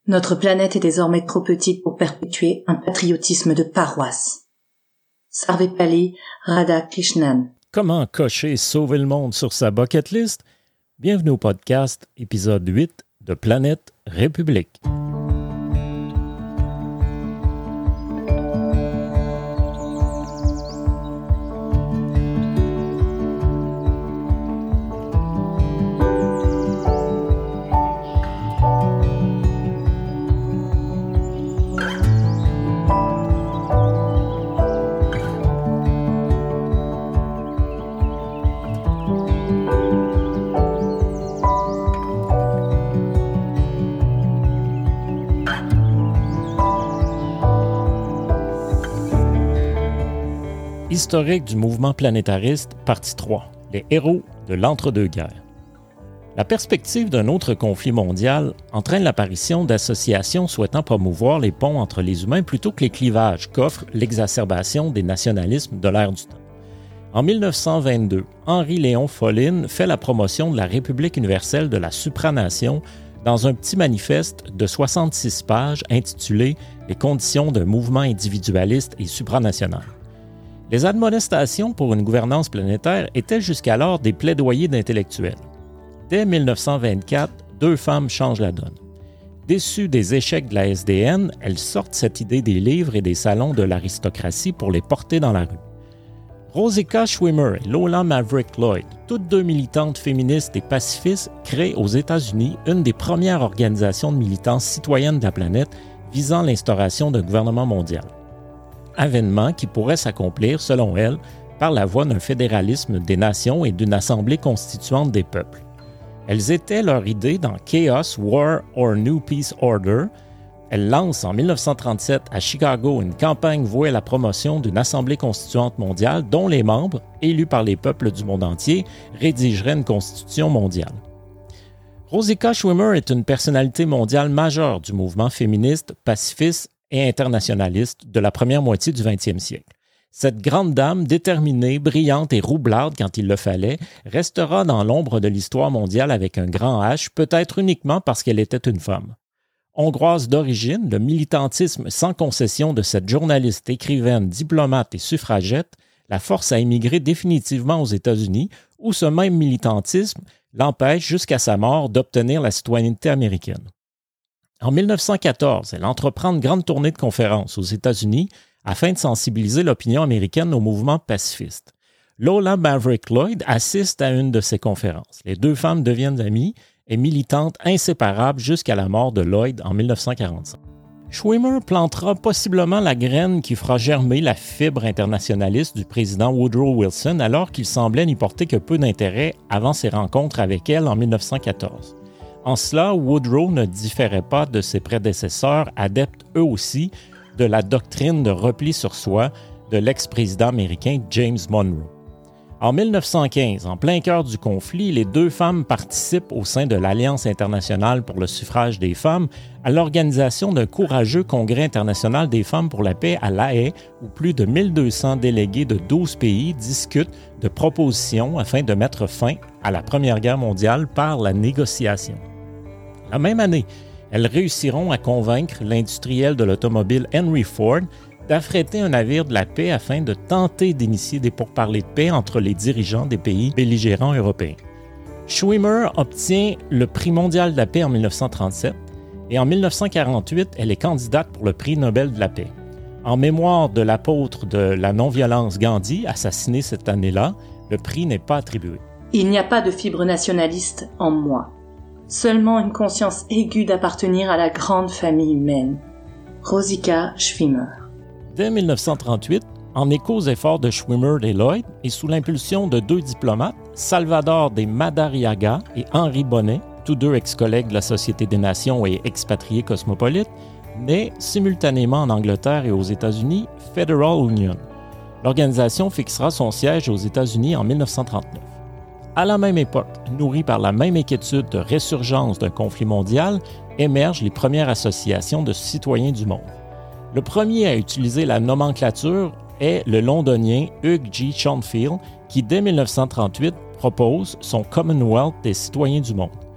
Notre planète est désormais trop petite pour perpétuer un patriotisme de paroisse. Sarvepalli Radhakrishnan. Comment cocher sauver le monde sur sa bucket list? Bienvenue au podcast, épisode 8 de Planète République. Historique du mouvement planétariste, partie 3, les héros de l'entre-deux-guerres. La perspective d'un autre conflit mondial entraîne l'apparition d'associations souhaitant promouvoir les ponts entre les humains plutôt que les clivages qu'offre l'exacerbation des nationalismes de l'ère du temps. En 1922, Henri-Léon Folyn fait la promotion de la République universelle de la supranation dans un petit manifeste de 66 pages intitulé « Les conditions d'un mouvement individualiste et supranational ». Les admonestations pour une gouvernance planétaire étaient jusqu'alors des plaidoyers d'intellectuels. Dès 1924, deux femmes changent la donne. Déçues des échecs de la SDN, elles sortent cette idée des livres et des salons de l'aristocratie pour les porter dans la rue. Rosika Schwimmer et Lola Maverick Lloyd, toutes deux militantes féministes et pacifistes, créent aux États-Unis une des premières organisations de militants citoyennes de la planète visant l'instauration d'un gouvernement mondial. Avènement qui pourrait s'accomplir, selon elle, par la voie d'un fédéralisme des nations et d'une assemblée constituante des peuples. Elles étaient leur idée dans Chaos, War or New Peace Order. Elles lancent en 1937 à Chicago une campagne vouée à la promotion d'une assemblée constituante mondiale dont les membres, élus par les peuples du monde entier, rédigeraient une constitution mondiale. Rosika Schwimmer est une personnalité mondiale majeure du mouvement féministe, pacifiste et internationaliste de la première moitié du 20e siècle. Cette grande dame, déterminée, brillante et roublarde quand il le fallait, restera dans l'ombre de l'histoire mondiale avec un grand H, peut-être uniquement parce qu'elle était une femme. Hongroise d'origine, le militantisme sans concession de cette journaliste, écrivaine, diplomate et suffragette la force à émigrer définitivement aux États-Unis, où ce même militantisme l'empêche jusqu'à sa mort d'obtenir la citoyenneté américaine. En 1914, elle entreprend une grande tournée de conférences aux États-Unis afin de sensibiliser l'opinion américaine au mouvement pacifiste. Lola Maverick Lloyd assiste à une de ces conférences. Les deux femmes deviennent amies et militantes inséparables jusqu'à la mort de Lloyd en 1945. Schwimmer plantera possiblement la graine qui fera germer la fibre internationaliste du président Woodrow Wilson alors qu'il semblait n'y porter que peu d'intérêt avant ses rencontres avec elle en 1914. En cela, Woodrow ne différait pas de ses prédécesseurs, adeptes eux aussi de la doctrine de repli sur soi de l'ex-président américain James Monroe. En 1915, en plein cœur du conflit, les deux femmes participent au sein de l'Alliance internationale pour le suffrage des femmes à l'organisation d'un courageux congrès international des femmes pour la paix à La Haye, où plus de 1200 délégués de 12 pays discutent de propositions afin de mettre fin à la Première Guerre mondiale par la négociation. La même année, elles réussiront à convaincre l'industriel de l'automobile Henry Ford d'affréter un navire de la paix afin de tenter d'initier des pourparlers de paix entre les dirigeants des pays belligérants européens. Schwimmer obtient le prix mondial de la paix en 1937 et en 1948, elle est candidate pour le prix Nobel de la paix. En mémoire de l'apôtre de la non-violence Gandhi, assassiné cette année-là, le prix n'est pas attribué. Il n'y a pas de fibre nationaliste en moi. Seulement une conscience aiguë d'appartenir à la grande famille humaine. Rosika Schwimmer. Dès 1938, en écho aux efforts de Schwimmer et Lloyd et sous l'impulsion de deux diplomates, Salvador de Madariaga et Henri Bonnet, tous deux ex-collègues de la Société des Nations et expatriés cosmopolites, naît simultanément en Angleterre et aux États-Unis Federal Union. L'organisation fixera son siège aux États-Unis en 1939. À la même époque, nourris par la même inquiétude de résurgence d'un conflit mondial, émergent les premières associations de citoyens du monde. Le premier à utiliser la nomenclature est le londonien Hugh G. Schonfield, qui dès 1938 propose son Commonwealth des citoyens du monde.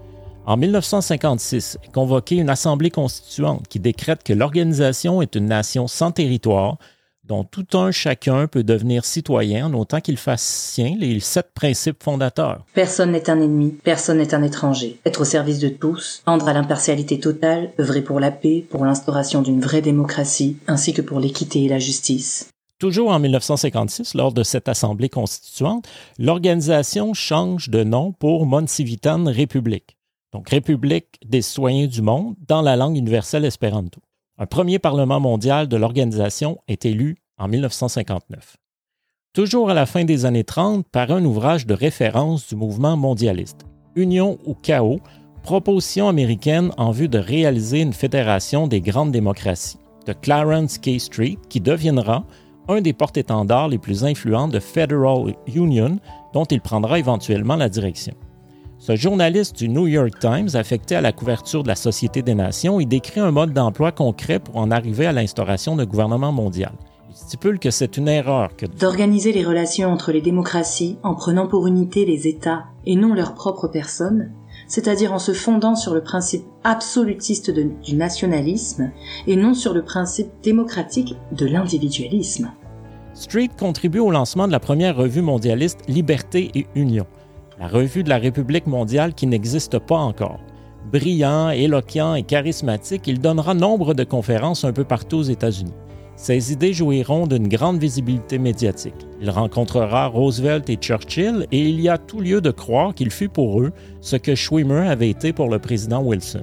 En 1956 est convoquée une assemblée constituante qui décrète que l'organisation est une nation sans territoire, dont tout un chacun peut devenir citoyen en autant qu'il fasse sien les 7 principes fondateurs. Personne n'est un ennemi, personne n'est un étranger. Être au service de tous, tendre à l'impartialité totale, œuvrer pour la paix, pour l'instauration d'une vraie démocratie, ainsi que pour l'équité et la justice. Toujours en 1956, lors de cette assemblée constituante, l'organisation change de nom pour Monsivitan République, donc République des citoyens du monde dans la langue universelle espéranto. Un premier parlement mondial de l'organisation est élu en 1959. Toujours à la fin des années 30, paraît un ouvrage de référence du mouvement mondialiste, Union ou chaos, proposition américaine en vue de réaliser une fédération des grandes démocraties, de Clarence K. Street, qui deviendra un des porte-étendards les plus influents de Federal Union, dont il prendra éventuellement la direction. Ce journaliste du New York Times, affecté à la couverture de la Société des Nations, y décrit un mode d'emploi concret pour en arriver à l'instauration d'un gouvernement mondial. Il stipule que c'est une erreur que d'organiser les relations entre les démocraties en prenant pour unité les États et non leurs propres personnes, c'est-à-dire en se fondant sur le principe absolutiste du nationalisme et non sur le principe démocratique de l'individualisme. Street contribue au lancement de la première revue mondialiste Liberté et Union, la revue de la République mondiale qui n'existe pas encore. Brillant, éloquent et charismatique, il donnera nombre de conférences un peu partout aux États-Unis. Ses idées jouiront d'une grande visibilité médiatique. Il rencontrera Roosevelt et Churchill et il y a tout lieu de croire qu'il fut pour eux ce que Schwimmer avait été pour le président Wilson.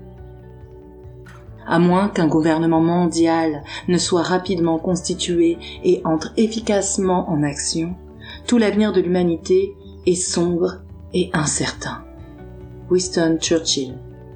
À moins qu'un gouvernement mondial ne soit rapidement constitué et entre efficacement en action, tout l'avenir de l'humanité est sombre et incertain. Winston Churchill.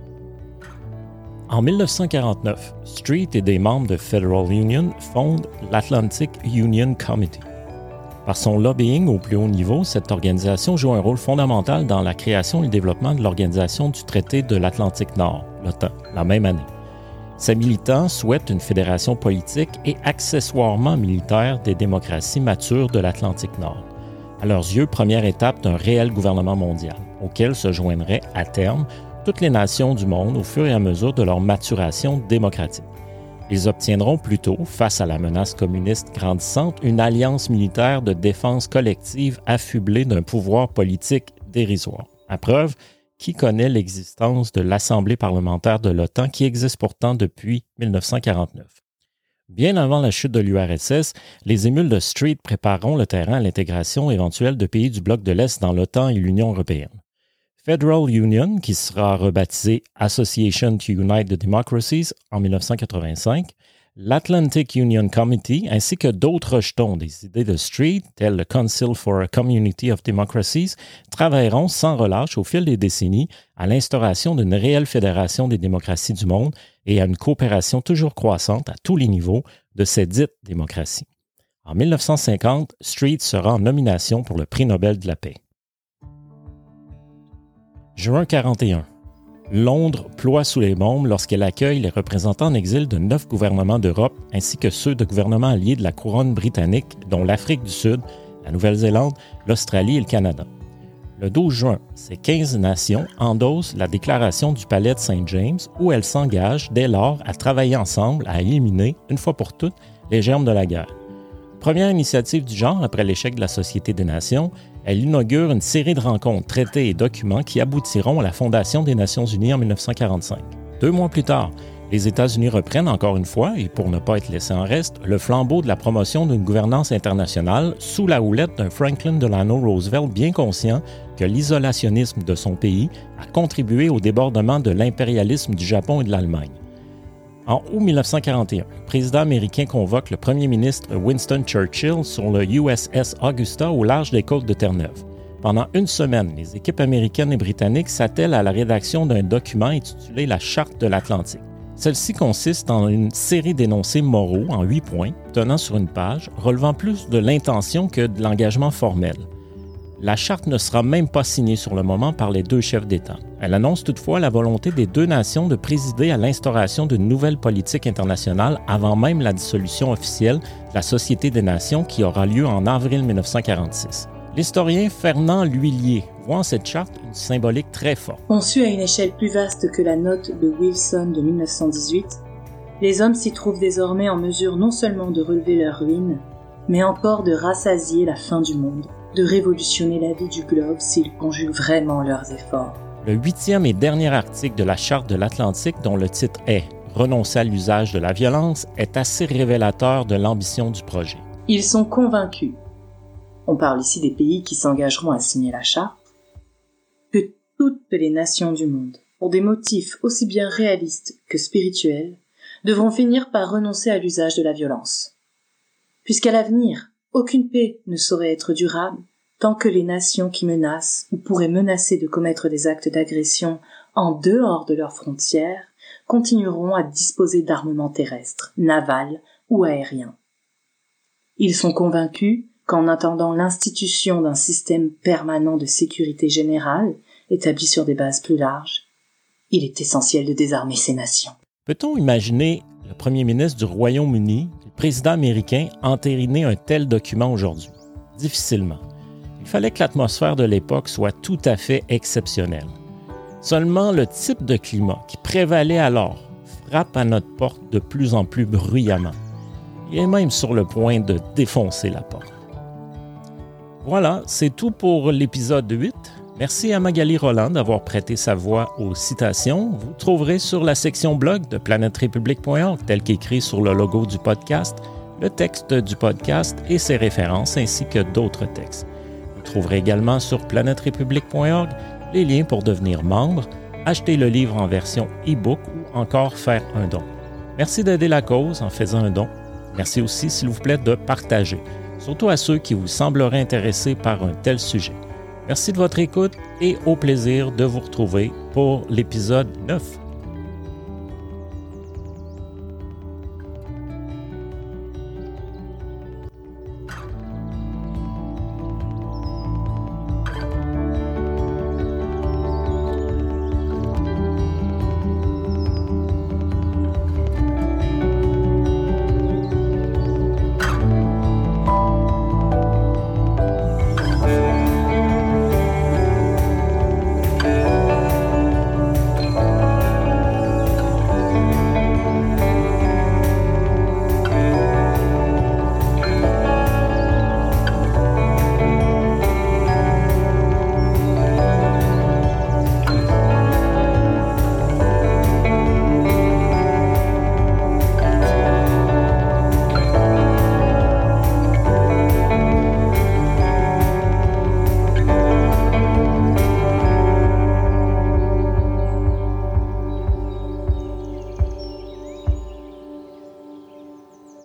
En 1949, Street et des membres de Federal Union fondent l'Atlantic Union Committee. Par son lobbying au plus haut niveau, cette organisation joue un rôle fondamental dans la création et le développement de l'Organisation du Traité de l'Atlantique Nord, l'OTAN, la même année. Ses militants souhaitent une fédération politique et accessoirement militaire des démocraties matures de l'Atlantique Nord. À leurs yeux, première étape d'un réel gouvernement mondial, auquel se joindraient à terme toutes les nations du monde au fur et à mesure de leur maturation démocratique. Ils obtiendront plutôt, face à la menace communiste grandissante, une alliance militaire de défense collective affublée d'un pouvoir politique dérisoire. À preuve, qui connaît l'existence de l'Assemblée parlementaire de l'OTAN qui existe pourtant depuis 1949. Bien avant la chute de l'URSS, les émules de Street prépareront le terrain à l'intégration éventuelle de pays du bloc de l'Est dans l'OTAN et l'Union européenne. Federal Union, qui sera rebaptisée Association to Unite the Democracies en 1985, l'Atlantic Union Committee ainsi que d'autres rejetons des idées de Street, tels le Council for a Community of Democracies, travailleront sans relâche au fil des décennies à l'instauration d'une réelle fédération des démocraties du monde et à une coopération toujours croissante à tous les niveaux de ces dites démocraties. En 1950, Street sera en nomination pour le prix Nobel de la paix. Juin 41. Londres ploie sous les bombes lorsqu'elle accueille les représentants en exil de 9 gouvernements d'Europe ainsi que ceux de gouvernements alliés de la couronne britannique, dont l'Afrique du Sud, la Nouvelle-Zélande, l'Australie et le Canada. Le 12 juin, ces 15 nations endossent la déclaration du Palais de St. James où elles s'engagent dès lors à travailler ensemble à éliminer, une fois pour toutes, les germes de la guerre. Première initiative du genre après l'échec de la Société des Nations, elle inaugure une série de rencontres, traités et documents qui aboutiront à la fondation des Nations unies en 1945. 2 mois plus tard, les États-Unis reprennent encore une fois, et pour ne pas être laissés en reste, le flambeau de la promotion d'une gouvernance internationale sous la houlette d'un Franklin Delano Roosevelt bien conscient que l'isolationnisme de son pays a contribué au débordement de l'impérialisme du Japon et de l'Allemagne. En août 1941, le président américain convoque le premier ministre Winston Churchill sur le USS Augusta au large des côtes de Terre-Neuve. Pendant une semaine, les équipes américaines et britanniques s'attellent à la rédaction d'un document intitulé la Charte de l'Atlantique. Celle-ci consiste en une série d'énoncés moraux en 8 points, tenant sur une page, relevant plus de l'intention que de l'engagement formel. La charte ne sera même pas signée sur le moment par les 2 chefs d'État. Elle annonce toutefois la volonté des 2 nations de présider à l'instauration d'une nouvelle politique internationale avant même la dissolution officielle de la Société des Nations qui aura lieu en avril 1946. L'historien Fernand L'Huillier voit en cette charte une symbolique très forte. Conçue à une échelle plus vaste que la note de Wilson de 1918, les hommes s'y trouvent désormais en mesure non seulement de relever leur ruine, mais encore de rassasier la fin du monde, de révolutionner la vie du globe s'ils conjuguent vraiment leurs efforts. Le 8e et dernier article de la Charte de l'Atlantique, dont le titre est « Renoncer à l'usage de la violence », est assez révélateur de l'ambition du projet. Ils sont convaincus, on parle ici des pays qui s'engageront à signer la Charte, que toutes les nations du monde, pour des motifs aussi bien réalistes que spirituels, devront finir par renoncer à l'usage de la violence. Puisqu'à l'avenir, aucune paix ne saurait être durable tant que les nations qui menacent ou pourraient menacer de commettre des actes d'agression en dehors de leurs frontières continueront à disposer d'armements terrestres, navals ou aériens. Ils sont convaincus qu'en attendant l'institution d'un système permanent de sécurité générale, établi sur des bases plus larges, il est essentiel de désarmer ces nations. Peut-on imaginer le premier ministre du Royaume-Uni, le président américain, entériner un tel document aujourd'hui? Difficilement. Il fallait que l'atmosphère de l'époque soit tout à fait exceptionnelle. Seulement le type de climat qui prévalait alors frappe à notre porte de plus en plus bruyamment. Il est même sur le point de défoncer la porte. Voilà, c'est tout pour l'épisode 8. Merci à Magali Roland d'avoir prêté sa voix aux citations. Vous trouverez sur la section blog de planetrepublic.org, tel qu'écrit sur le logo du podcast, le texte du podcast et ses références, ainsi que d'autres textes. Vous trouverez également sur planetrepublic.org les liens pour devenir membre, acheter le livre en version e-book ou encore faire un don. Merci d'aider la cause en faisant un don. Merci aussi, s'il vous plaît, de partager, surtout à ceux qui vous sembleraient intéressés par un tel sujet. Merci de votre écoute et au plaisir de vous retrouver pour l'épisode 9.